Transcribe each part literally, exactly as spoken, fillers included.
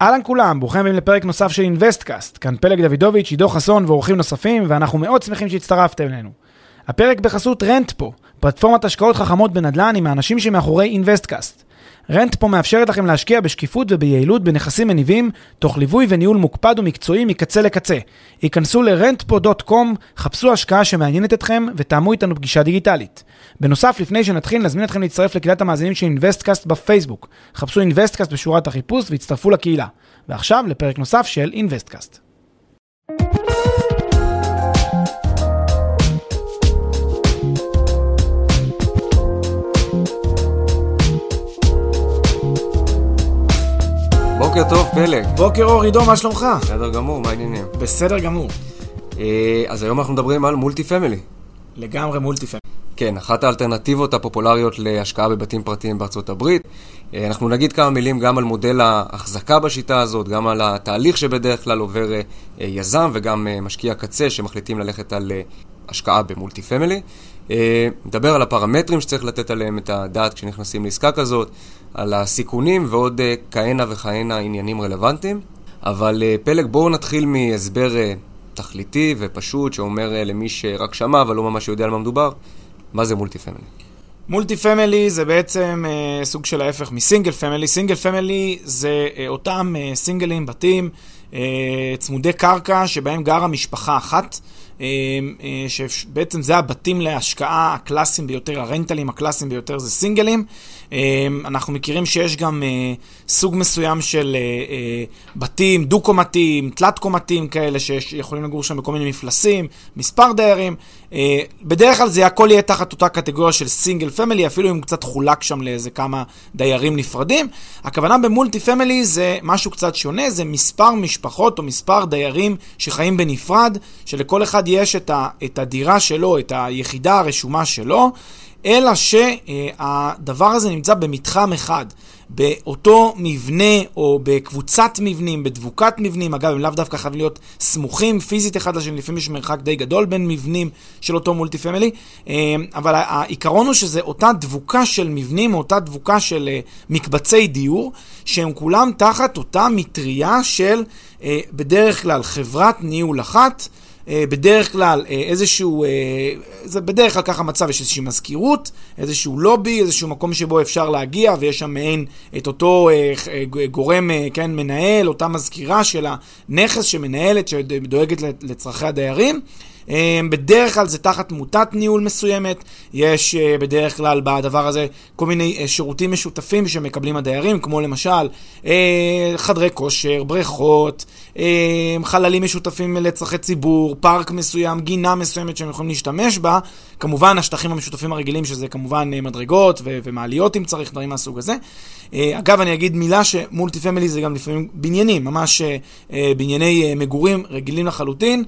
אהלן כולם, ברוכים הבאים לפרק נוסף של אינבסטקאסט. כאן פלג דוידוביץ', עידו חסון ואורחים נוספים, ואנחנו מאוד שמחים שהצטרפתם אלינו. הפרק בחסות רנטפו, פלטפורמת השקעות חכמות בנדל"ן עם האנשים שמאחורי אינבסטקאסט. רנטפו מאפשרת לכם להשקיע בשקיפות וביעילות בנכסים מניבים, תוך ליווי וניהול מוקפד ומקצועי מקצה לקצה. היכנסו ל-רנטפו דוט קום, חפשו השקעה שמעניינת אתכם ותאמו איתנו פגישה דיגיטלית. בנוסף, לפני שנתחיל, נזמין אתכם להצטרף לקהילת המאזינים של אינבסטקאסט בפייסבוק. חפשו אינבסטקאסט בשורת החיפוש והצטרפו לקהילה. ועכשיו לפרק נוסף של אינבסטקאסט. בוקר טוב, פלג. בוקר אור, עידו, מה שלומך? בסדר גמור, מה העניינים? בסדר גמור. אז היום אנחנו מדברים על מולטי פמילי. לגמרי מולטי פמילי. כן, אחת האלטרנטיבות הפופולריות להשקעה בבתים פרטיים בארצות הברית. אנחנו נגיד כמה מילים גם על מודל ההחזקה בשיטה הזאת, גם על התהליך שבדרך כלל עובר יזם וגם משקיע קצה שמחליטים ללכת על השקעה במולטי פמילי. נדבר על הפרמטרים שצריך לתת עליהם את הדעת כשנכנסים לעסקה כזאת, על הסיכונים ועוד כהנה וכהנה עניינים רלוונטיים. אבל פלג, בואו נתחיל מהסבר תכליתי ופשוט שאומר למי שרק שמע אבל לא ממש יודע על מה מדובר. מה זה מולטי פמילי? מולטי פמילי זה בעצם אה, סוג של ההפך מסינגל פמילי. סינגל פמילי זה אה, אותם אה, סינגלים, בתים, אה, צמודי קרקע שבהם גרה משפחה אחת, אה, אה, שבעצם זה הבתים להשקעה הקלאסיים ביותר, הרנטלים הקלאסיים ביותר זה סינגלים. אה, אנחנו מכירים שיש גם אה, סוג מסוים של אה, אה, בתים דו-קומתיים, תלת-קומתיים כאלה שיכולים לגור שם בכל מיני מפלסים, מספר דיירים. אה, בדרך כלל זה הכל יהיה תחת אותה קטגוריה של סינגל פמילי, אפילו אם קצת חולק שם לאיזה כמה דיירים נפרדים. הכוונה במולטי פמילי זה משהו קצת שונה, זה מספר משפחות או מספר דיירים שחיים בנפרד, שלכל אחד יש את, ה, את הדירה שלו, את היחידה הרשומה שלו, אלא שהדבר הזה נמצא במתחם אחד, באותו מבנה או בקבוצת מבנים, בדבוקת מבנים. אגב, הם לאו דווקא חייבים להיות סמוכים פיזית אחד לשני, לפעמים יש מרחק די גדול בין מבנים של אותו מולטי פמילי, אבל העיקרון הוא שזה אותה דבוקה של מבנים, או אותה דבוקה של מקבצי דיור, שהם כולם תחת אותה מטריה של בדרך כלל חברת ניהול אחת, בדרך כלל איזשהו, זה בדרך כלל ככה מצב, יש איזושהי מזכירות, איזשהו לובי, איזשהו מקום שבו אפשר להגיע, ויש שם מעין את אותו גורם, כן, מנהל, אותה מזכירה של הנכס שמנהלת, שדואגת לצרכי הדיירים. בדרך כלל זה תחת מוטת ניהול מסוימת, יש בדרך כלל בדבר הזה כל מיני שירותים משותפים שמקבלים הדיירים, כמו למשל חדרי כושר, בריכות, חללים משותפים לצרכי ציבור, פארק מסוים, גינה מסוימת שהם יכולים להשתמש בה, כמובן השטחים המשותפים הרגילים שזה כמובן מדרגות ו- ומעליות אם צריך, דברים מהסוג הזה. אגב, אני אגיד מילה שמולטי פמילי זה גם לפעמים בניינים, ממש בנייני מגורים רגילים לחלוטין,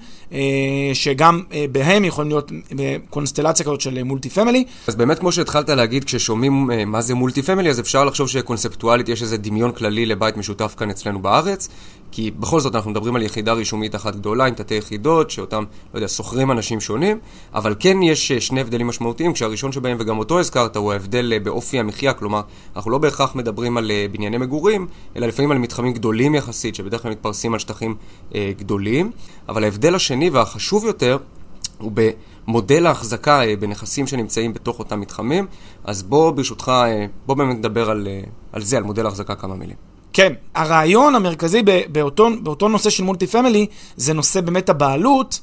שגם בהם יכולים להיות קונסטלציה כזאת של מולטי פמילי. אז באמת כמו שהתחלת להגיד, כששומעים מה זה מולטי פמילי, אז אפשר לחשוב שקונספטואלית יש איזה דמיון כללי לבית משותף כאן אצלנו בארץ, כי בכל זאת אנחנו מדברים על יחידה רישומית אחת גדולה עם תתי יחידות, שאותם, לא יודע, סוחרים אנשים שונים, אבל כן יש שני הבדלים משמעותיים, כשהראשון שבהם וגם אותו הזכרת הוא ההבדל באופי המחיה, כלומר, אנחנו לא בהכרח מדברים על בנייני מגורים, אלא לפעמים על מתחמים גדולים יחסית, שבדרך כלל מתפרסים על שטחים אה, גדולים, אבל ההבדל השני והחשוב יותר, הוא במודל ההחזקה אה, בנכסים שנמצאים בתוך אותם מתחמים, אז בוא ברשותך, אה, בוא באמת נדבר על, אה, על זה, על מודל ההחזקה כמה מילים. כן, הרעיון המרכזי באותו, באותו נושא של מולטי פמילי, זה נושא באמת הבעלות,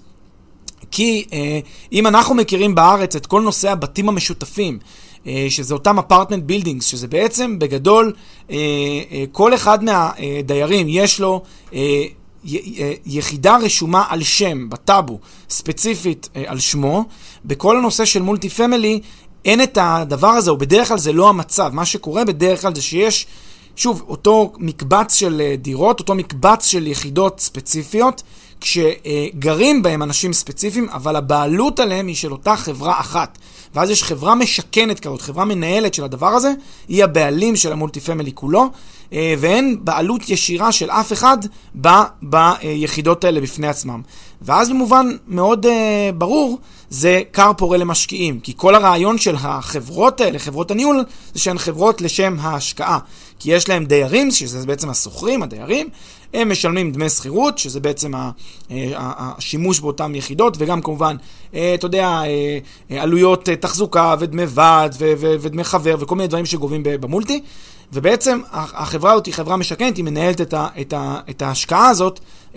כי אה, אם אנחנו מכירים בארץ את כל נושא הבתים המשותפים, אה, שזה אותם אפרטמנט בילדינגס, שזה בעצם בגדול, אה, אה, כל אחד מהדיירים יש לו אה, י, אה, יחידה רשומה על שם, בטאבו, ספציפית אה, על שמו. בכל הנושא של מולטי פמילי, אין את הדבר הזה, או בדרך כלל זה לא המצב. מה שקורה בדרך כלל זה שיש, שוב, אותו מקבץ של דירות, אותו מקבץ של יחידות ספציפיות, כשגרים בהם אנשים ספציפיים, אבל הבעלות עליהם היא של אותה חברה אחת. ואז יש חברה משכנת כזאת, חברה מנהלת של הדבר הזה, היא הבעלים של המולטי פמילי כולו, ואין בעלות ישירה של אף אחד ב- ביחידות האלה בפני עצמם. ואז במובן מאוד ברור, זה קר פורה למשקיעים, כי כל הרעיון של החברות האלה, חברות הניהול, זה שהן חברות לשם ההשקעה. כי יש להם דיירים, שזה בעצם הסוחרים, הדיירים, הם משלמים דמי שכירות, שזה בעצם השימוש באותן יחידות, וגם כמובן, אתה יודע, עלויות תחזוקה ודמי ועד ודמי חבר וכל מיני דברים שגובים במולטי, ובעצם החברה הזאת היא חברה משכנת, היא מנהלת את, ה, את, ה, את ההשקעה הזאת,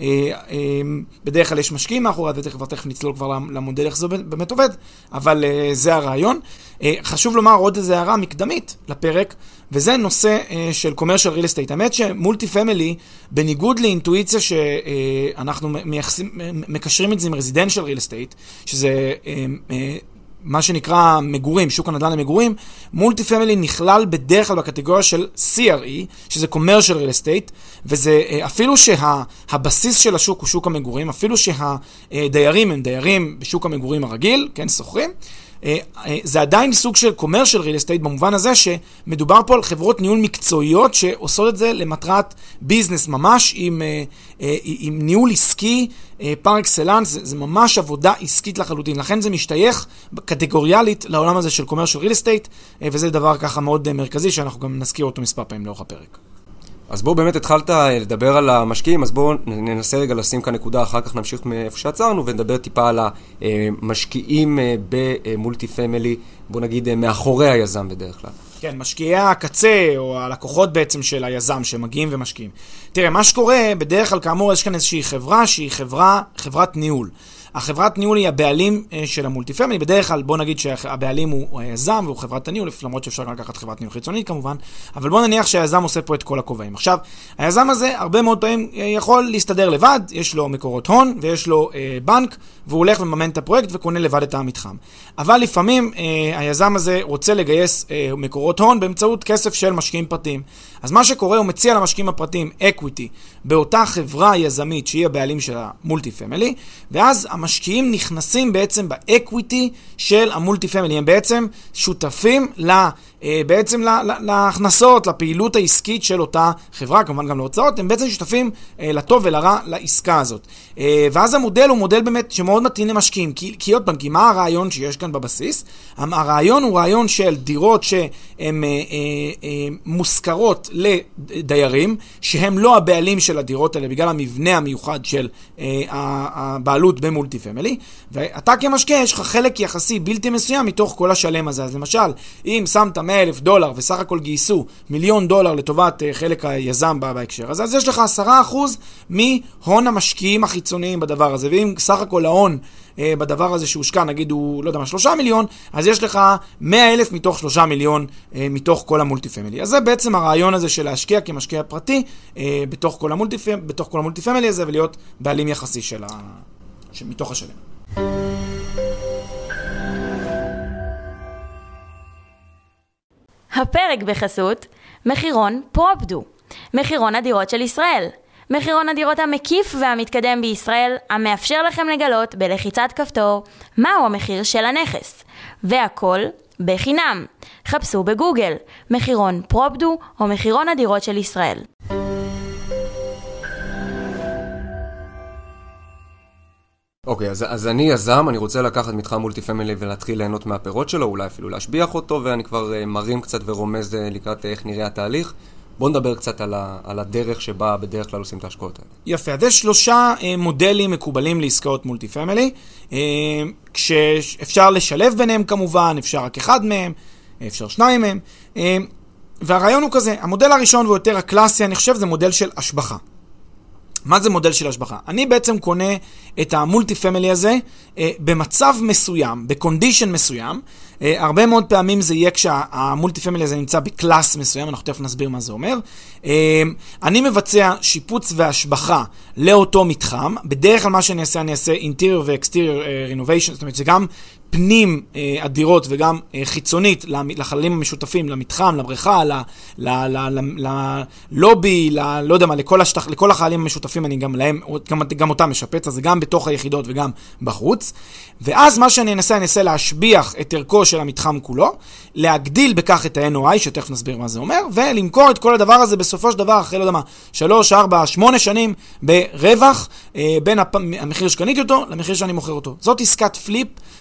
בדרך כלל יש משקיעים מאחורי, ותכף תכף נצלול כבר למודל איך זה באמת עובד, אבל זה הרעיון. חשוב לומר עוד איזו הערה מקדמית לפרק, וזה נושא של commercial real estate. האמת שמולטי פמילי, בניגוד לאינטואיציה שאנחנו מייחסים, מקשרים את זה עם residential real estate, שזה מה שנקרא מגורים, שוק הנדל"ן למגורים, מולטי פמילי נכלל בדרך כלל בקטגוריה של סי אר אי, שזה commercial real estate, וזה אפילו שהבסיס של השוק הוא שוק המגורים, אפילו שהדיירים הם דיירים בשוק המגורים הרגיל, כן, סוחרים, זה עדיין סוג של commercial real estate במובן הזה שמדובר פה על חברות ניהול מקצועיות שעושות את זה למטרת ביזנס ממש עם, עם ניהול עסקי פר אקסלנס, זה, זה ממש עבודה עסקית לחלוטין, לכן זה משתייך קטגוריאלית לעולם הזה של commercial real estate, וזה דבר ככה מאוד מרכזי שאנחנו גם נזכיר אותו מספר פעמים לאורך הפרק. אז בואו באמת התחלת לדבר על המשקיעים, אז בואו ננסה רגע לשים כאן נקודה, אחר כך נמשיך מאיפה שעצרנו ונדבר טיפה על המשקיעים במולטי פמילי, בואו נגיד מאחורי היזם בדרך כלל. כן, משקיעי הקצה או הלקוחות בעצם של היזם שמגיעים ומשקיעים. תראה, מה שקורה, בדרך כלל כאמור יש כאן איזושהי חברה שהיא חברה, חברת ניהול. החברת ניהול היא הבעלים של המולטי פמילי, בדרך כלל בוא נגיד שהבעלים הוא היזם והוא חברת הניהול, למרות שאפשר לקחת חברת ניהול חיצונית כמובן, אבל בוא נניח שהיזם עושה פה את כל הכובעים. עכשיו, היזם הזה הרבה מאוד פעמים יכול להסתדר לבד, יש לו מקורות הון ויש לו אה, בנק, והוא הולך וממן את הפרויקט וקונה לבד את המתחם. אבל לפעמים אה, היזם הזה רוצה לגייס אה, מקורות הון באמצעות כסף של משקיעים פרטיים. אז מה שקורה, הוא מציע למשקיעים הפרטיים אקוויטי באותה חברה יזמית שהיא הבעלים של המולטי פמילי, ואז המשקיעים נכנסים בעצם באקוויטי של המולטי פמילי, הם בעצם שותפים ל... בעצם להכנסות, לפעילות העסקית של אותה חברה, כמובן גם להוצאות, הם בעצם שותפים לטוב ולרע לעסקה הזאת. ואז המודל הוא מודל באמת שמאוד מתאים למשקיעים, כי, כי עוד פעם, כי מה הרעיון שיש כאן בבסיס? הרעיון הוא רעיון של דירות שהן מושכרות לדיירים, שהם לא הבעלים של הדירות האלה, בגלל המבנה המיוחד של הבעלות במולטי פמילי, ואתה כמשקיע יש לך חלק יחסי בלתי מסוים מתוך כל השלם הזה. אז למשל, אם שמת מאה אלף דולר וסך הכל גייסו מיליון דולר לטובת חלק היזם בהקשר הזה, אז יש לך עשרה אחוז מהון המשקיעים החיצוניים בדבר הזה, ואם סך הכל ההון בדבר הזה שהושקע, נגיד הוא, לא יודע מה, שלושה מיליון, אז יש לך מאה אלף מתוך שלושה מיליון מתוך כל המולטי פמילי. אז זה בעצם הרעיון הזה של להשקיע כמשקיע פרטי בתוך כל המולטי, בתוך כל המולטי פמילי הזה, ולהיות בעלים יחסי של ה... מתוך השלם. הפרק בחסות מחירון פרופדו, מחירון הדירות של ישראל. מחירון הדירות המקיף והמתקדם בישראל, המאפשר לכם לגלות בלחיצת כפתור מהו המחיר של הנכס. והכל בחינם. חפשו בגוגל מחירון פרופדו או מחירון הדירות של ישראל. אוקיי, okay, אז, אז אני יזם, אני רוצה לקחת מתחם מולטי פמילי ולהתחיל ליהנות מהפירות שלו, אולי אפילו להשביח אותו, ואני כבר uh, מרים קצת ורומז uh, לקראת uh, איך נראה התהליך. בואו נדבר קצת על, ה, על הדרך שבה בדרך כלל עושים את ההשקעות האלה. יפה, אז יש שלושה uh, מודלים מקובלים לעסקאות מולטי פמילי, uh, כשאפשר לשלב ביניהם כמובן, אפשר רק אחד מהם, אפשר שניים מהם, uh, והרעיון הוא כזה, המודל הראשון ויותר הקלאסי, אני חושב, זה מודל של השבחה. מה זה מודל של השבחה? אני בעצם קונה את המולטי פמילי הזה אה, במצב מסוים, בקונדישן מסוים. אה, הרבה מאוד פעמים זה יהיה כשהמולטי פמילי הזה נמצא בקלאס מסוים, אנחנו תכף נסביר מה זה אומר. אה, אני מבצע שיפוץ והשבחה לאותו מתחם. בדרך כלל מה שאני אעשה, אני אעשה interior ו-exterior renovation, זאת אומרת, זה גם פנים אה, הדירות וגם אה, חיצונית לחללים המשותפים, למתחם, לבריכה, ללובי, לא יודע מה, לכל, השטח, לכל החללים המשותפים, אני גם להם, גם, גם אותם משפץ, אז זה גם בתוך היחידות וגם בחוץ. ואז מה שאני אנסה, אני אנסה להשביח את ערכו של המתחם כולו, להגדיל בכך את ה-אן או איי, שתכף נסביר מה זה אומר, ולמכור את כל הדבר הזה בסופו של דבר, אחרי לא יודע מה, שלוש, ארבע, שמונה שנים ברווח, אה, בין המחיר שקניתי אותו למחיר שאני מוכר אותו. זאת עסקת פליפ, רק שהיא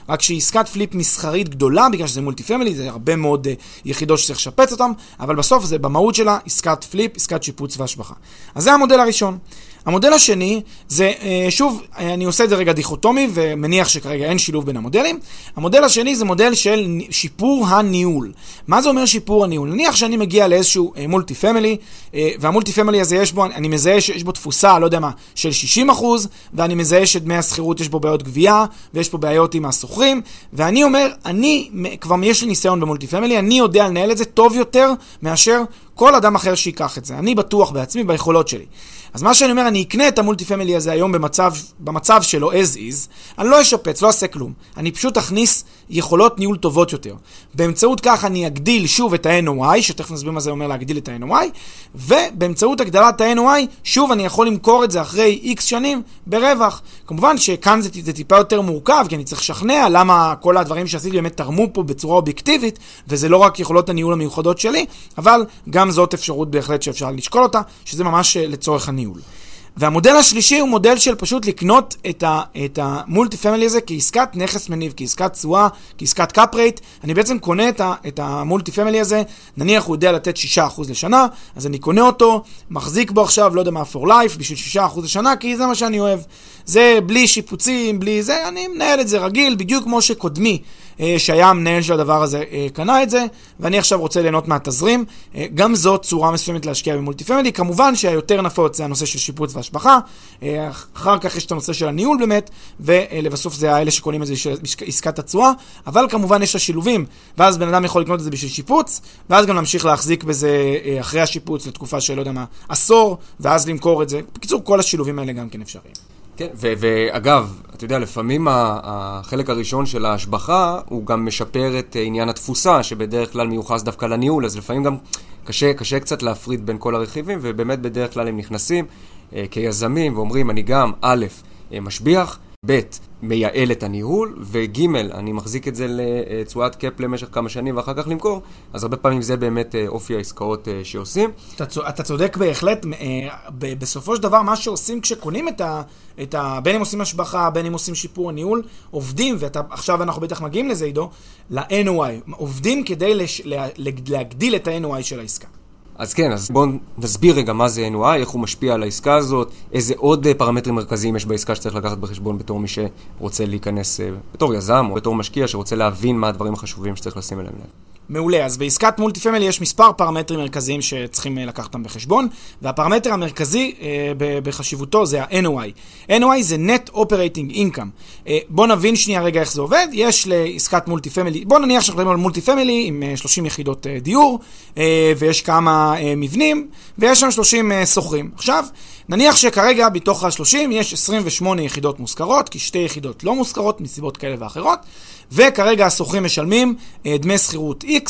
עסקת פליפ מסחרית גדולה, בגלל שזה מולטי פמילי, זה הרבה מאוד uh, יחידות שצריך לשפץ אותם, אבל בסוף זה במהות שלה עסקת פליפ, עסקת שיפוץ והשבחה. אז זה המודל הראשון. המודל השני זה, שוב, אני עושה את זה רגע דיכוטומי ומניח שכרגע אין שילוב בין המודלים. המודל השני זה מודל של שיפור הניהול. מה זה אומר שיפור הניהול? נניח שאני מגיע לאיזשהו מולטי פמילי, והמולטי פמילי הזה יש בו, אני מזהה שיש בו תפוסה, לא יודע מה, של שישים אחוז, ואני מזהה שדמי הסחירות יש בו בעיות גבייה, ויש פה בעיות עם הסוחרים, ואני אומר, אני, כבר יש לי ניסיון במולטי פמילי, אני יודע לנהל את זה טוב יותר מאשר כל אדם אחר שיקח את זה. אני בטוח בעצמי ביכולות שלי. אז מה שאני אומר, אני אקנה את המולטי פמילי הזה היום במצב, במצב שלו as is, אני לא אשפץ, לא אעשה כלום. אני פשוט אכניס יכולות ניהול טובות יותר. באמצעות כך אני אגדיל שוב את ה-אן או איי, שתכף נסביר מה זה אומר להגדיל את ה-אן או איי, ובאמצעות הגדלת ה-אן או איי, שוב אני יכול למכור את זה אחרי X שנים ברווח. כמובן שכאן זה, זה טיפה יותר מורכב, כי אני צריך לשכנע למה כל הדברים שעשיתי באמת תרמו פה בצורה אובייקטיבית, וזה לא רק יכולות הניהול המיוחדות שלי, אבל גם זאת אפשרות בהחלט שאפשר לשקול אותה, שזה ממש לצורך הניהול. והמודל השלישי הוא מודל של פשוט לקנות את, ה, את המולטי פמילי הזה כעסקת נכס מניב, כעסקת תשואה, כעסקת קאפ רייט. אני בעצם קונה את, ה, את המולטי פמילי הזה, נניח הוא יודע לתת שישה אחוז לשנה, אז אני קונה אותו, מחזיק בו עכשיו, לא יודע מה, for life, בשביל שישה אחוז לשנה, כי זה מה שאני אוהב. זה בלי שיפוצים, בלי זה, אני מנהל את זה רגיל, בדיוק כמו שקודמי, שהיה המנהל של הדבר הזה, קנה את זה, ואני עכשיו רוצה ליהנות מהתזרים. גם זאת צורה מסוימת להשקיע במולטי פמילי. כמובן שהיותר נפוץ זה הנושא של שיפוץ והשבחה, אחר כך יש את הנושא של הניהול באמת, ולבסוף זה האלה שקונים את זה של עסקת התשואה, אבל כמובן יש השילובים, ואז בן אדם יכול לקנות את זה בשביל שיפוץ, ואז גם להמשיך להחזיק בזה אחרי השיפוץ לתקופה של לא יודע מה, עשור, ואז למכור את זה. בקיצור, כל השילובים האלה גם כן אפשריים. כן, ו- ואגב, אתה יודע, לפעמים החלק הראשון של ההשבחה הוא גם משפר את עניין התפוסה, שבדרך כלל מיוחס דווקא לניהול, אז לפעמים גם קשה, קשה קצת להפריד בין כל הרכיבים, ובאמת בדרך כלל הם נכנסים אה, כיזמים ואומרים, אני גם א', משביח, ב', מייעל את הניהול, וג', אני מחזיק את זה לתשואת קאפ למשך כמה שנים ואחר כך למכור, אז הרבה פעמים זה באמת אופי העסקאות שעושים. אתה, אתה צודק בהחלט, בסופו של דבר מה שעושים כשקונים את ה, את ה, בין אם עושים השבחה, בין אם עושים שיפור הניהול, עובדים, ועכשיו אנחנו בטח מגיעים לזה, עידו, ל-אן או איי, עובדים כדי לש, לה, להגדיל את ה-אן או איי של העסקה. אז כן, אז בואו נסביר רגע מה זה אן או איי, איך הוא משפיע על העסקה הזאת, איזה עוד פרמטרים מרכזיים יש בעסקה שצריך לקחת בחשבון בתור מי שרוצה להיכנס בתור יזם או בתור משקיע שרוצה להבין מה הדברים החשובים שצריך לשים אליהם לב. מעולה, אז בעסקת מולטי פמילי יש מספר פרמטרים מרכזיים שצריכים לקחת אותם בחשבון, והפרמטר המרכזי אה, בחשיבותו זה ה-אן או איי. אן או איי זה Net Operating Income. אה, בואו נבין שנייה רגע איך זה עובד. יש לעסקת מולטי פמילי, בואו נניח שאנחנו מדברים על מולטי פמילי עם אה, שלושים יחידות אה, דיור, אה, ויש כמה אה, מבנים, ויש שם שלושים אה, סוחרים. עכשיו, נניח שכרגע בתוך ה-שלושים יש עשרים ושמונה יחידות מוזכרות, כי שתי יחידות לא מוזכרות מסיבות כאלה ואחרות, וכרגע הסוחרים משלמים אה, דמי שכירות X,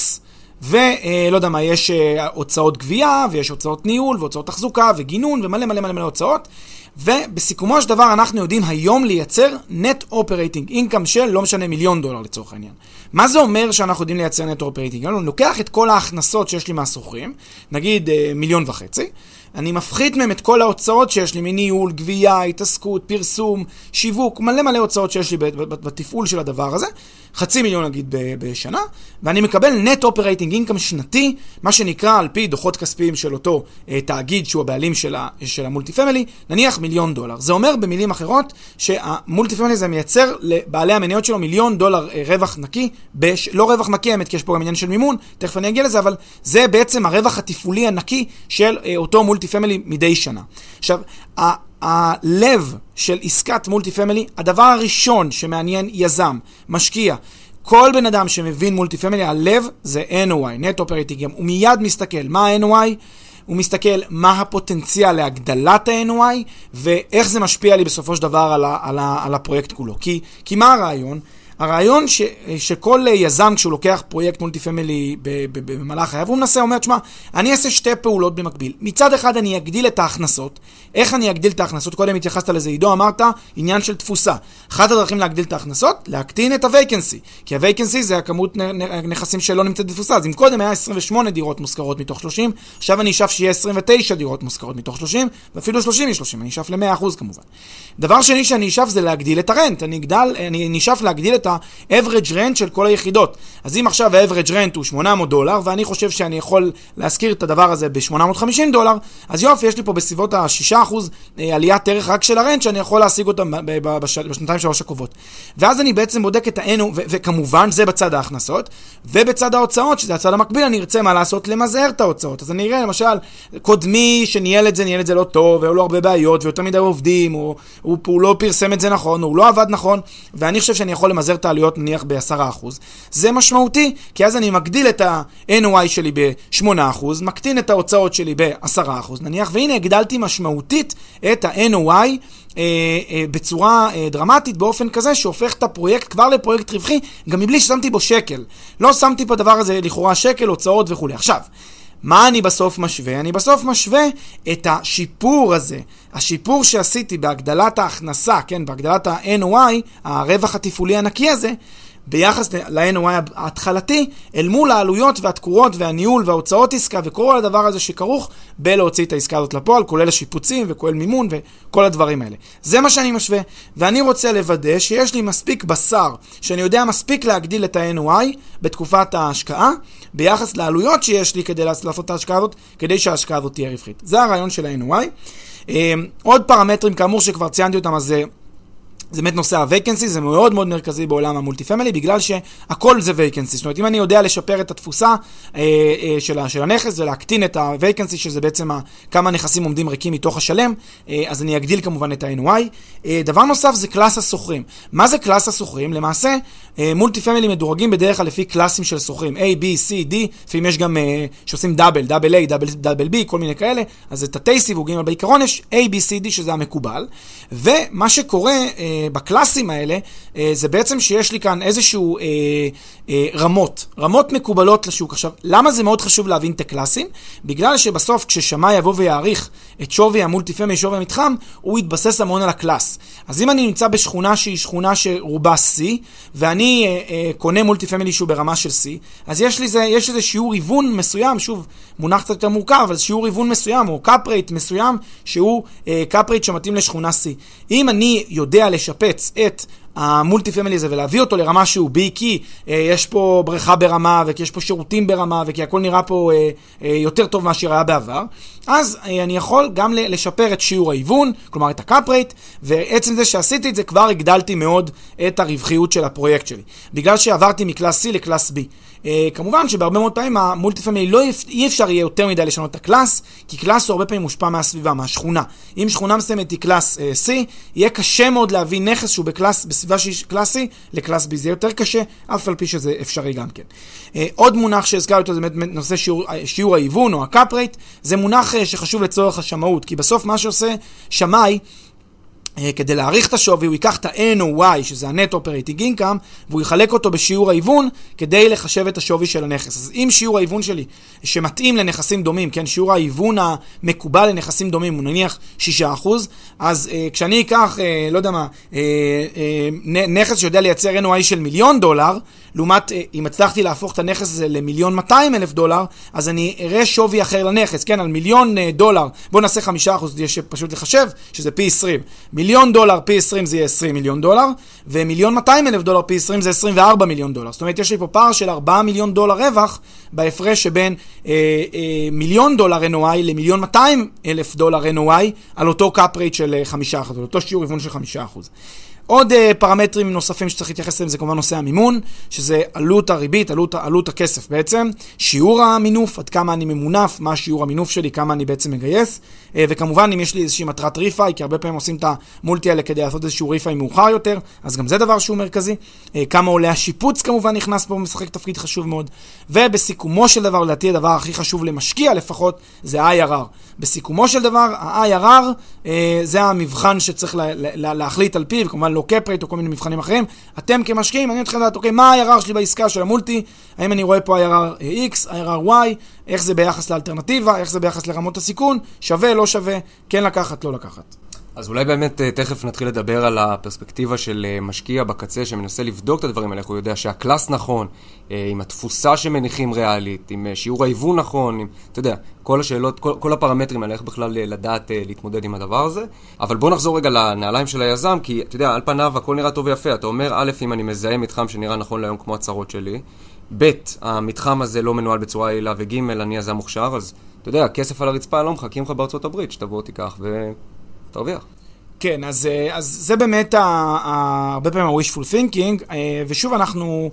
ולא יודע מה, יש הוצאות גבייה, ויש הוצאות ניהול, והוצאות תחזוקה, וגינון, ומלא מלא מלא מלא הוצאות, ובסיכומו של דבר אנחנו יודעים היום לייצר Net Operating Income של לא משנה מיליון דולר לצורך העניין. מה זה אומר שאנחנו יודעים לייצר Net Operating Income? אני לוקח את כל ההכנסות שיש לי מהסוחרים, נגיד מיליון וחצי, אני מפחית מהם את כל ההוצאות שיש לי מניהול, גבייה, התעסקות, פרסום, שיווק, מלא מלא הוצאות שיש לי בתפעול של הדבר הזה, חצי מיליון נגיד בשנה, ואני מקבל Net Operating Income שנתי, מה שנקרא על פי דוחות כספיים של אותו אה, תאגיד שהוא הבעלים של, ה, של המולטי פמילי, נניח מיליון דולר. זה אומר במילים אחרות שהמולטי פמילי זה מייצר לבעלי המניות שלו מיליון דולר אה, רווח נקי, בש... לא רווח נקי האמת כי יש פה גם עניין של מימון, תכף אני אגיע לזה, אבל זה בעצם הרווח התפעולי הנקי של אה, אותו מולטי פמילי מדי שנה. עכשיו, ה... הלב של עסקת מולטי פמילי, הדבר הראשון שמעניין יזם, משקיע, כל בן אדם שמבין מולטי פמילי, הלב זה אן או איי, Net Operating Income. הוא מיד מסתכל מה ה-אן או איי, הוא מסתכל מה הפוטנציאל להגדלת ה-אן או איי, ואיך זה משפיע לי בסופו של דבר על, ה- על, ה- על הפרויקט כולו. כי, כי מה הרעיון? הרעיון ש, שכל יזם כשהוא לוקח פרויקט מולטי פמילי במהלך חייו, הוא מנסה, אומר, תשמע, אני אעשה שתי פעולות במקביל. מצד אחד אני אגדיל את ההכנסות. איך אני אגדיל את ההכנסות? קודם התייחסת לזה, עידו, אמרת, עניין של תפוסה. אחת הדרכים להגדיל את ההכנסות, להקטין את הווייקנסי. כי הווייקנסי זה הכמות נכסים שלא נמצאת בתפוסה. אז אם קודם היה עשרים ושמונה דירות מושכרות מתוך שלושים, עכשיו אני אשאף שיהיה עשרים ותשע דירות מושכרות מתוך שלושים, ואפילו שלושים מ-שלושים, אני אשאף ל-מאה אחוז כמובן. דבר שני שאני אשאף זה להגדיל את הרנט. אני אגדל, אני אשאף להגדיל את את ה-average rent של כל היחידות. אז אם עכשיו ה-average rent הוא שמונה מאות דולר, ואני חושב שאני יכול להזכיר את הדבר הזה ב-שמונה מאות וחמישים דולר, אז יופי, יש לי פה בסביבות ה-שישה אחוז עליית ערך רק של הרנט, שאני יכול להשיג אותם בשנתיים שלוש הקרובות. ואז אני בעצם בודק את ה-N, וכמובן זה בצד ההכנסות, ובצד ההוצאות, שזה הצד המקביל, אני ארצה מה לעשות למזער את ההוצאות. אז אני אראה, למשל, קודמי שניהל את זה, ניהל את זה לא טוב, והיו לו הרבה בעיות, ויותר מדי עובדים, או הוא, הוא לא פרסם את זה נכון, או הוא לא עבד נכון, ואני חושב שאני יכול למזער את העלויות נניח ב-עשרה אחוז. זה משמעותי, כי אז אני מגדיל את ה-N O I שלי ב-שמונה אחוז, מקטין את ההוצאות שלי ב-עשרה אחוז נניח, והנה הגדלתי משמעותית את ה-N O I אה, אה, בצורה אה, דרמטית, באופן כזה שהופך את הפרויקט כבר לפרויקט רווחי, גם מבלי ששמתי בו שקל. לא שמתי פה דבר הזה לכאורה שקל, הוצאות וכו'. עכשיו, מה אני בסוף משווה? אני בסוף משווה את השיפור הזה, השיפור שעשיתי בהגדלת ההכנסה, כן, בהגדלת ה-N O I, הרווח התפעולי הנקי הזה, ביחס ל-N O I ההתחלתי, אל מול העלויות והתקורות והניהול וההוצאות עסקה וכל הדבר הזה שכרוך בלהוציא את העסקה הזאת לפועל, כולל השיפוצים וכולל מימון וכל הדברים האלה. זה מה שאני משווה, ואני רוצה לוודא שיש לי מספיק בשר, שאני יודע מספיק להגדיל את ה-N O I בתקופת ההשקעה, ביחס לעלויות שיש לי כדי לעשות את ההשקעה הזאת, כדי שההשקעה הזאת תהיה רווחית. זה הרעיון של ה-N O I. עוד פרמטרים כאמור שכבר ציינתי אותם, אז זה זה באמת נושא ה-vacancy, זה מאוד מאוד מרכזי בעולם המולטי-פמילי, בגלל שהכל זה vacancy. זאת אומרת, אם אני יודע לשפר את התפוסה אה, אה, של, של הנכס ולהקטין את ה-vacancy, שזה בעצם ה, כמה נכסים עומדים ריקים מתוך השלם, אה, אז אני אגדיל כמובן את ה-N O I. אה, דבר נוסף זה קלאס הסוחרים. מה זה קלאס הסוחרים? למעשה, אה, מולטי-פמילי מדורגים בדרך כלל לפי קלאסים של סוחרים, A, B, C, D, לפעמים יש גם אה, שעושים דאבל, דאבל A, דאבל, דאבל B, כל מיני כאלה, אז את ה-T סיווגים, אבל בעיקרון יש A, B, C, D, שזה המקובל. ומה שקורה אה, בקלאסים האלה, אה, זה בעצם שיש לי כאן איזשהו אה, אה, רמות, רמות מקובלות לשוק. עכשיו, למה זה מאוד חשוב להבין את הקלאסים? בגלל שבסוף כששמאי יבוא ויעריך את שווי המולטי-פמילי, שווי המתחם, הוא יתבסס המון על הקלאס. אז אם אני נמצא בשכונה שהיא שכונה שרובה C, ואני אה, אה, קונה מולטי-פמילי שהוא ברמה של C, אז יש לי זה, יש איזה שיעור היוון מסוים, שוב, מונח קצת יותר מורכב, אבל שיעור היוון מסוים, או קאפ רייט מסוים, שהוא אה, קאפ רייט שמתאים לשכונה C. אם אני יודע לשפץ את המולטי-פמילי הזה ולהביא אותו לרמה שהוא בי, כי אה, יש פה בריכה ברמה, וכי יש פה שירותים ברמה, וכי הכל נראה פה אה, אה, יותר טוב מה שראה בעבר, אז אה, אני יכול גם לשפר את שיעור ההיוון, כלומר את הקאפ רייט, ועצם זה שעשיתי את זה כבר הגדלתי מאוד את הרווחיות של הפרויקט שלי, בגלל שעברתי מקלאס C לקלאס B. Uh, כמובן שבהרבה מאוד פעמים המולטי-פמילי לא אי אפשר יהיה יותר מדי לשנות את הקלאס, כי קלאס הוא הרבה פעמים מושפע מהסביבה, מהשכונה. אם שכונה מסוימת היא קלאס uh, C, יהיה קשה מאוד להביא נכס שהוא בקלאס, בסביבה שהיא קלאס C לקלאס B. זה יותר קשה, אף על פי שזה אפשרי גם כן. Uh, עוד מונח שהזכרתי אותו, זה באמת נושא שיעור, שיעור ההיוון או הקאפ רייט, זה מונח uh, שחשוב לצורך השמאות, כי בסוף מה שעושה שמאי, כדי להעריך את השווי, הוא ייקח את ה-N O Y, שזה ה-Net Operating Income, והוא יחלק אותו בשיעור ההיוון, כדי לחשב את השווי של הנכס. אז אם שיעור ההיוון שלי, שמתאים לנכסים דומים, כן, שיעור ההיוון המקובל לנכסים דומים, הוא נניח שישה אחוז, אז אה, כשאני אקח, אה, לא יודע מה, אה, אה, נכס שיודע לייצר N O I של מיליון דולר, לעומת, אה, אם הצלחתי להפוך את הנכס הזה למיליון מאתיים אלף דולר, אז אני אראה שווי אחר לנכס, כן, על מיליון אה, דולר, בוא נעשה חמישה אחוז, יש פשוט לחשב, שזה פי עשרים. מיליון דולר פי עשרים זה יהיה עשרים מיליון דולר, ומיליון מאתיים אלף דולר פי עשרים זה עשרים וארבעה מיליון דולר. זאת אומרת, יש לי פה פער של ארבעה מיליון דולר רווח, בהפרש שבין אה, אה, מיליון דולר N O I למיליון מאתיים אלף דולר N O I, על אותו קאפ רייט של חמישה אחוז, על אותו שיעור היוון של חמישה אחוז. עוד uh, פרמטרים נוספים שצריך להתייחס אליהם זה כמובן נושא המימון, שזה עלות הריבית, עלות, עלות הכסף בעצם, שיעור המינוף, עד כמה אני ממונף, מה שיעור המינוף שלי, כמה אני בעצם מגייס, uh, וכמובן אם יש לי איזושהי מטרת ריפאי, כי הרבה פעמים עושים את המולטי האלה כדי לעשות איזשהו ריפאי מאוחר יותר, אז גם זה דבר שהוא מרכזי, uh, כמה עולה השיפוץ כמובן נכנס פה ומשחק תפקיד חשוב מאוד, ובסיכומו של דבר, לדעתי הדבר הכי חשוב למשקיע לפחות, זה ה-I R R. בסיכומו של דבר, ה-I R R uh, זה המבחן שצריך לה, לה, להחליט על פיו, כמובן לא קאפ רייט או כל מיני מבחנים אחרים. אתם כמשקיעים, אני אתכם לדעת, אוקיי, מה ה-I R R שלי בעסקה של המולטי? האם אני רואה פה I R R X, I R R Y, איך זה ביחס לאלטרנטיבה, איך זה ביחס לרמות הסיכון, שווה, לא שווה, כן לקחת, לא לקחת. אז אולי באמת תכף נתחיל לדבר על הפרספקטיבה של משקיע בקצה שמנסה לבדוק את הדברים האלה, הוא יודע שהקלאס נכון, עם התפוסה שמניחים ריאלית, עם שיעור ההיוון נכון, עם, אתה יודע, כל השאלות, כל, כל הפרמטרים האלה, איך בכלל לדעת להתמודד עם הדבר הזה. אבל בוא נחזור רגע לנעליים של היזם, כי אתה יודע, על פניו הכל נראה טוב ויפה. אתה אומר, א', אם אני מזהה מתחם שנראה נכון להיום כמו הצרות שלי, ב', המתחם הזה לא מנוהל בצורה יעילה, וג', אני יזם מוכשר, אז אתה יודע, כסף על הרצפה לא מחכים לך בארצות הברית, שתבוא תיקח ותרוויח. כן, אז, אז זה באמת ה, ה, הרבה פעמים ה-wishful thinking, ושוב אנחנו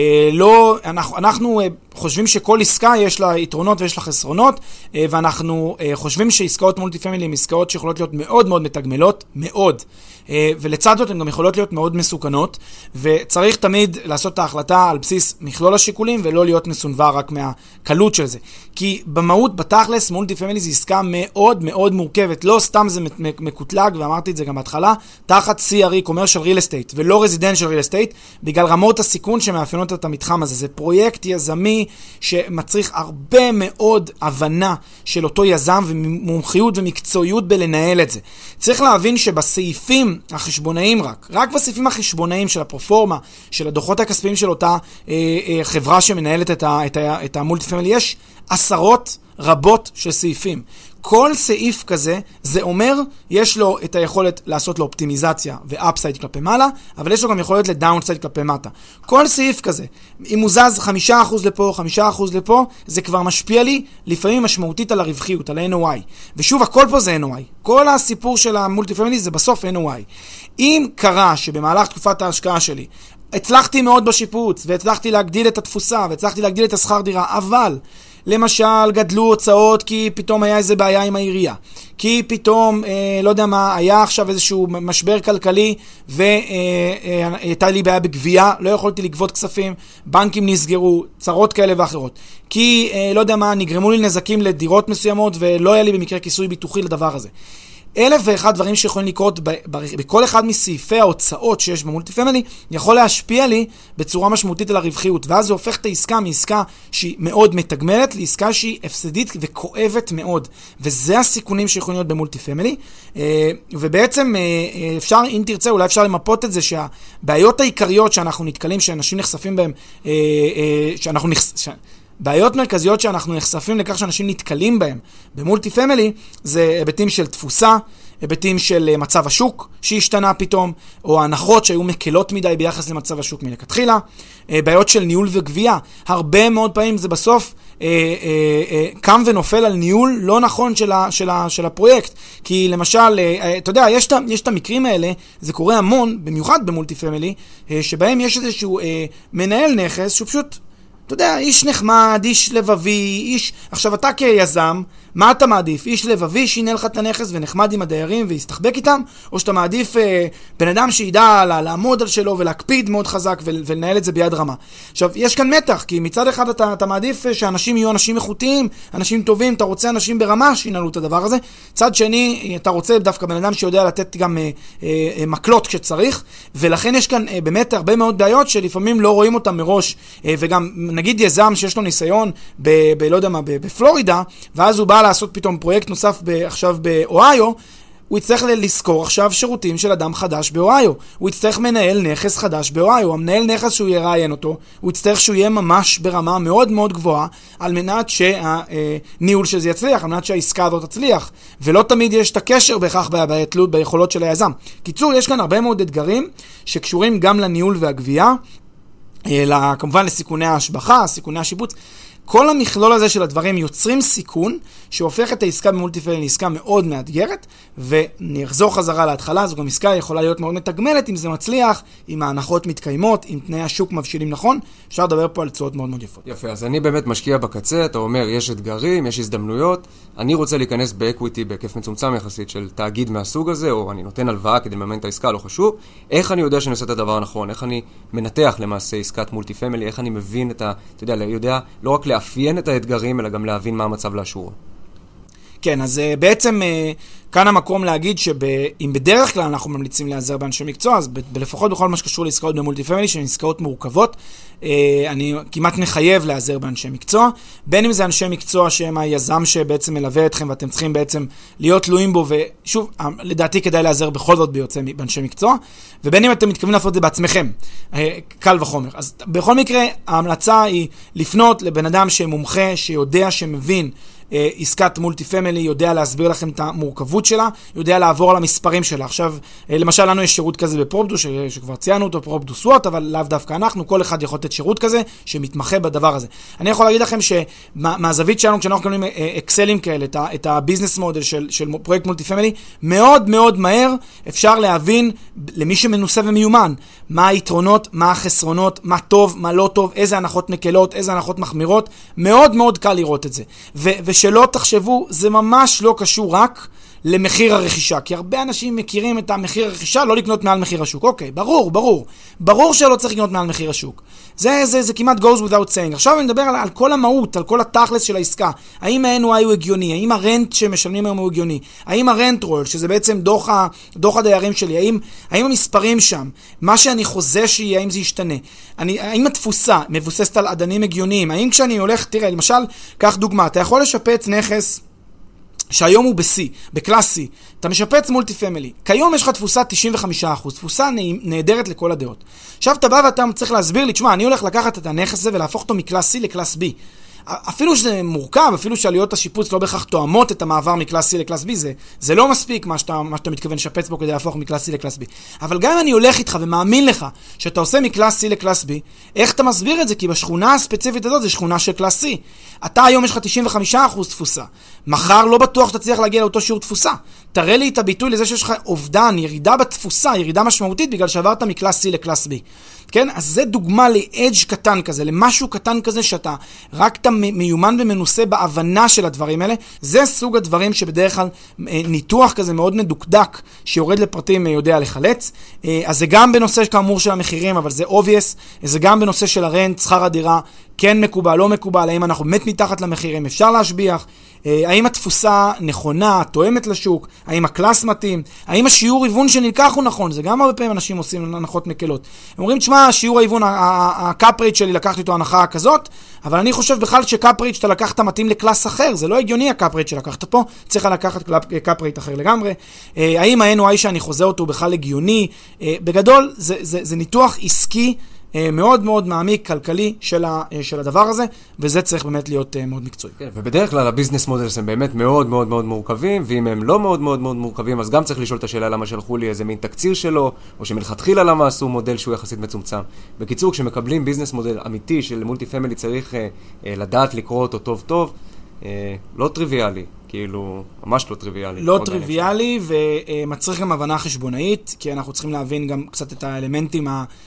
לא, אנחנו, אנחנו חושבים שכל עסקה יש לה יתרונות ויש לה חסרונות, ואנחנו חושבים שעסקאות מולטי פמילי הן עסקאות שיכולות להיות מאוד מאוד מתגמלות, מאוד. ולצד זאת הן גם יכולות להיות מאוד מסוכנות, וצריך תמיד לעשות את ההחלטה על בסיס מכלול השיקולים, ולא להיות מסונבר רק מהקלות של זה. כי במהות, בתכלס, מולטי פמילי זה עסקה מאוד מאוד מורכבת, לא סתם זה מקוטלג, ואמרתי את זה גם בהתחלה, תחת סי אר אי, commercial real estate, ולא residential real estate, בגלל רמות הסיכון שמאפיינות את המתחם הזה. זה פרויקט יזמי שמצריך הרבה מאוד הבנה של אותו יזם, ומומחיות ומקצועיות בלנהל את זה. צריך להבין שבסעיפים החשבונאים רק, רק בסעיפים החשבונאים של הפרופורמה, של הדוחות הכספיים של אותה אה, אה, חברה שמנהלת את, ה, את, ה, את המולטי פמילי, יש עשרות רבות של סעיפים. כל סעיף כזה, זה אומר, יש לו את היכולת לעשות לו אופטימיזציה ואפסייד כלפי מעלה, אבל יש לו גם יכולת לדאונסייד כלפי מטה. כל סעיף כזה, אם הוא זז חמישה אחוז לפה, חמישה אחוז לפה, זה כבר משפיע לי לפעמים משמעותית על הרווחיות, על ה-אן או איי. ושוב, הכל פה זה אן או איי. כל הסיפור של המולטי פמילי זה בסוף אן או איי. אם קרה שבמהלך תקופת ההשקעה שלי, הצלחתי מאוד בשיפוץ, והצלחתי להגדיל את התפוסה, והצלחתי להגדיל את השכר דירה, אבל למשל, גדלו הוצאות כי פתאום היה איזה בעיה עם העירייה. כי פתאום, אה, לא יודע מה, היה עכשיו איזשהו משבר כלכלי, והייתה לי בעיה בגבייה, לא יכולתי לגבות כספים, בנקים נסגרו, צרות כאלה ואחרות. כי, אה, לא יודע מה, נגרמו לי נזקים לדירות מסוימות, ולא היה לי במקרה כיסוי ביטוחי לדבר הזה. אלף ואחד דברים שיכולים לקרות ב- ב- בכל אחד מסעיפי ההוצאות שיש במולטי פמילי, יכול להשפיע לי בצורה משמעותית על הרווחיות, ואז זה הופך את העסקה מעסקה שהיא מאוד מתגמלת, לעסקה שהיא הפסדית וכואבת מאוד, וזה הסיכונים שיכולים להיות במולטי פמילי, ובעצם אפשר, אם תרצה, אולי אפשר למפות את זה, שהבעיות העיקריות שאנחנו נתקלים, שאנשים נחשפים בהם, שאנחנו נחשפים, בעיות מרכזיות שאנחנו נחשפים לכך שאנשים נתקלים בהם במולטי פמילי, זה היבטים של תפוסה, היבטים של מצב השוק שהשתנה פתאום, או הנחות שהיו מקלות מדי ביחס למצב השוק מלכתחילה, בעיות של ניהול וגבייה. הרבה מאוד פעמים זה בסוף אה, אה, אה, קם ונופל על ניהול לא נכון של, ה, של, ה, של הפרויקט. כי למשל, אה, אתה יודע, יש, יש את המקרים האלה, זה קורה המון, במיוחד במולטי פמילי, אה, שבהם יש איזשהו אה, מנהל נכס שהוא פשוט, אתה יודע, איש נחמד, איש לבבי, איש... עכשיו, אתה כיזם, מה אתה מעדיף? איש לבבי שינהל לך את הנכס ונחמד עם הדיירים ויסתחבק איתם? או שאתה מעדיף אה, בן אדם שידע לעמוד על שלו ולהקפיד מאוד חזק ולנהל את זה ביד רמה? עכשיו, יש כאן מתח, כי מצד אחד אתה, אתה מעדיף שאנשים יהיו אנשים איכותיים, אנשים טובים, אתה רוצה אנשים ברמה שינהלו את הדבר הזה. צד שני, אתה רוצה דווקא בן אדם שיודע לתת גם אה, אה, מקלות כשצריך, ולכן יש כאן אה, באמת הרבה מאוד בעיות שלפעמים לא רואים אותם מראש, אה, וגם נגיד יזם שיש לו ניסיון ב, ב, לא יודע מה, ב, בפלורידה, ואז הוא בא לעשות פתאום פרויקט נוסף ב, עכשיו באוהיו, הוא יצטרך לזכור עכשיו שירותים של אדם חדש באוהיו. הוא יצטרך מנהל נכס חדש באוהיו. המנהל נכס שהוא יראיין אותו, הוא יצטרך שהוא יהיה ממש ברמה מאוד מאוד גבוהה, על מנת שהניהול שזה יצליח, על מנת שהעסקה הזאת תצליח. ולא תמיד יש את הקשר בהכרח בהתלות ביכולות של היזם. קיצור, יש כאן הרבה מאוד אתגרים שקשורים גם לניהול והגבייה, כמובן לסיכוני ההשבחה, סיכוני השיבוץ. כל המכלול הזה של הדברים יוצרים סיכון שהופך את העסקה במולטי פמילי לעסקה מאוד מאתגרת, ונחזור חזרה להתחלה, זו גם עסקה יכולה להיות מאוד מתגמלת אם זה מצליח, אם ההנחות מתקיימות, אם תנאי השוק מבשילים נכון, אפשר לדבר פה על צועות מאוד מאוד יפות. יפה, אז אני באמת משקיע בקצה, אתה אומר יש אתגרים, יש הזדמנויות, אני רוצה להיכנס באקוויטי בהיקף מצומצם יחסית של תאגיד מהסוג הזה, או אני נותן הלוואה כדי לממן את העסקה, לא חשוב. איך אני יודע שאני עושה את הדבר הנכון? איך אני מנתח למעשה עסקת מולטי פמילי? איך אני מבין את ה, אתה יודע, יודע, לא רק לאפיין את האתגרים, אלא גם להבין מה המצב לאשורו. כן, אז בעצם כאן המקום להגיד שאם בדרך כלל אנחנו ממליצים להיעזר באנשי מקצוע, אז לפחות בכל מה שקשור לעסקאות במולטי פמילי, שהן עסקאות מורכבות, אני כמעט מחייב להיעזר באנשי מקצוע, בין אם זה אנשי מקצוע שהם היזם שבעצם מלווה אתכם ואתם צריכים בעצם להיות תלויים בו, ושוב, לדעתי כדאי להיעזר בכל זאת ביוצא באנשי מקצוע, ובין אם אתם מתכוונים לעשות את זה בעצמכם, קל וחומר. אז בכל מקרה, ההמלצה היא לפנות לבן אדם שמומחה, שיודע, שמבין, עסקת מולטי פמילי, יודע להסביר לכם את המורכבות שלה, יודע לעבור על המספרים שלה. עכשיו, למשל, לנו יש שירות כזה בפרופדו, ש... שכבר ציינו אותו, פרופדו סוואט, אבל לאו דווקא אנחנו, כל אחד יכול לתת שירות כזה, שמתמחה בדבר הזה. אני יכול להגיד לכם שמהזווית שלנו, כשאנחנו קוראים אקסלים כאלה, את, ה... את הביזנס מודל של, של פרויקט מולטי פמילי, מאוד מאוד מהר אפשר להבין למי שמנוסה ומיומן, מה היתרונות, מה החסרונות, מה טוב, מה לא טוב, איזה הנחות מקלות, איזה הנחות מחמירות, מאוד מאוד קל לראות את זה. ו... שלא תחשבו, זה ממש לא קשור רק למחיר הרכישה, כי הרבה אנשים מכירים את המחיר הרכישה, לא לקנות מעל מחיר השוק. אוקיי, ברור, ברור. ברור שלא צריך לקנות מעל מחיר השוק. זה, זה, זה כמעט goes without saying. עכשיו אני מדבר על, על כל המהות, על כל התכלס של העסקה. האם ה-אן וואי הוא הגיוני? האם הרנט שמשלמים היום הוא הגיוני? האם הרנט רול, שזה בעצם דוח, ה, דוח הדיירים שלי? האם, האם המספרים שם? מה שאני חוזה שיהיה, האם זה ישתנה? אני, האם התפוסה מבוססת על עדנים הגיוניים? האם כשאני הולך, תראה, למשל, כך דוגמה, אתה יכול לשפץ נכס שהיום הוא ב-C, בקלאס C, אתה משפץ מולטי פמילי. כיום יש לך תפוסה תשעים וחמישה אחוז, תפוסה נהדרת לכל הדעות. עכשיו אתה בא ואתה צריך להסביר לי, תשמע, אני הולך לקחת את הנכס הזה ולהפוך אותו מקלאס C לקלאס B. אפילו שזה מורכב, אפילו שעלויות השיפוץ לא בכך תואמות את המעבר מקלאס C לקלאס B, זה, זה לא מספיק מה שאתה, מה שאתה מתכוון לשפץ בו כדי להפוך מקלאס C לקלאס B. אבל גם אם אני הולך איתך ומאמין לך שאתה עושה מקלאס C לקלאס B, איך אתה מסביר את זה? כי בשכונה הספציפית הזאת זה שכונה של קלאס C. אתה היום יש לך תשעים וחמישה אחוז תפוסה. מחר לא בטוח שאתה צריך להגיע לאותו שיעור תפוסה. תראה לי את הביטוי לזה שיש לך אובדן, ירידה בתפוסה, ירידה משמעותית בגלל שעברת מקלאס C לקלאס B. כן? אז זה דוגמה לאדג' קטן כזה, למשהו קטן כזה שאתה רק אתה מיומן ומנוסה בהבנה של הדברים האלה. זה סוג הדברים שבדרך כלל ניתוח כזה מאוד מדוקדק שיורד לפרטים יודע לחלץ. אז זה גם בנושא כאמור של המחירים, אבל זה obvious. זה גם בנושא של הרנט, שכר הדירה, כן מקובל, לא מקובל, האם אנחנו באמת מתחת למחירים, אפשר להשביח, האם התפוסה נכונה, תואמת לשוק, האם הקלאס מתאים, האם השיעור היוון שנלקח הוא נכון, זה גם הרבה פעמים אנשים עושים הנחות מקלות. הם אומרים, תשמע, השיעור היוון, הקאפ רייט שלי לקחתי אותו הנחה כזאת, אבל אני חושב בכלל שקאפ רייט שאתה לקחת מתאים לקלאס אחר, זה לא הגיוני הקאפ רייט שלקחת פה, צריך לקחת קאפ רייט אחר לגמרי. האם ה-אן וואי שאני חוזה אותו בכלל הגיוני, בגדול זה, זה, זה ניתוח עסקי, מאוד מאוד מעמיק, כלכלי של, ה, של הדבר הזה, וזה צריך באמת להיות מאוד מקצועי. כן, ובדרך כלל הביזנס מודלס הם באמת מאוד מאוד מאוד מורכבים, ואם הם לא מאוד מאוד מאוד מורכבים, אז גם צריך לשאול את השאלה למה שלחו לי איזה מין תקציר שלו, או שמלכתחילה למה עשו מודל שהוא יחסית מצומצם. בקיצור, כשמקבלים ביזנס מודל אמיתי של מולטי פמילי, צריך אה, אה, לדעת לקרוא אותו טוב טוב, אה, לא טריוויאלי. כאילו, ממש לא טריוויאלי. לא טריוויאלי, ומצריך גם הבנה חשבונאית, כי אנחנו צריכים להבין גם קצת את האלמנטים,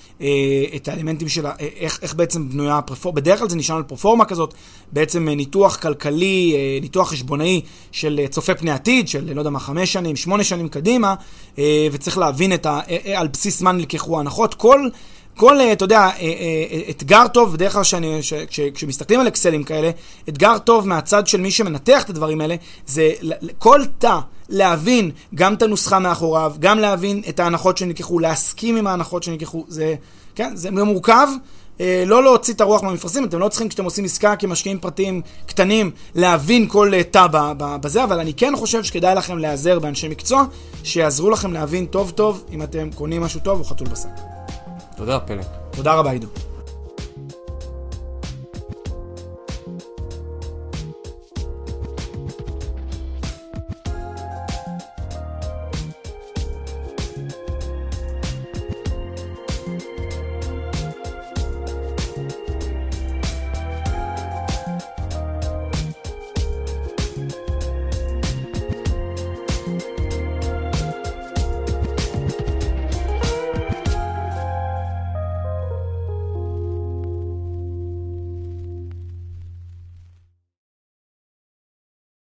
את האלמנטים של איך, איך בעצם בנויה הפרפורמה, בדרך כלל זה נשען על פרפורמה כזאת, בעצם ניתוח כלכלי, ניתוח חשבונאי של צופה פני עתיד, של לא יודע מה, חמש שנים, שמונה שנים קדימה, וצריך להבין את ה, על בסיס זמן לקחו הנחות, כל כל, אתה יודע, אתגר טוב, בדרך כלל שאני, כשמסתכלים על אקסלים כאלה, אתגר טוב מהצד של מי שמנתח את הדברים האלה, זה כל תא להבין גם את הנוסחה מאחוריו, גם להבין את ההנחות שנלקחו, להסכים עם ההנחות שנלקחו, זה, כן, זה מורכב, לא להוציא את הרוח מהמפרשים, אתם לא צריכים כשאתם עושים עסקה כמשקיעים פרטיים קטנים, להבין כל תא בזה, אבל אני כן חושב שכדאי לכם להיעזר באנשי מקצוע, שיעזרו לכם להבין טוב טוב אם אתם קונים משהו טוב או חתול בשק. תודה, פלג. תודה רבה, עידו.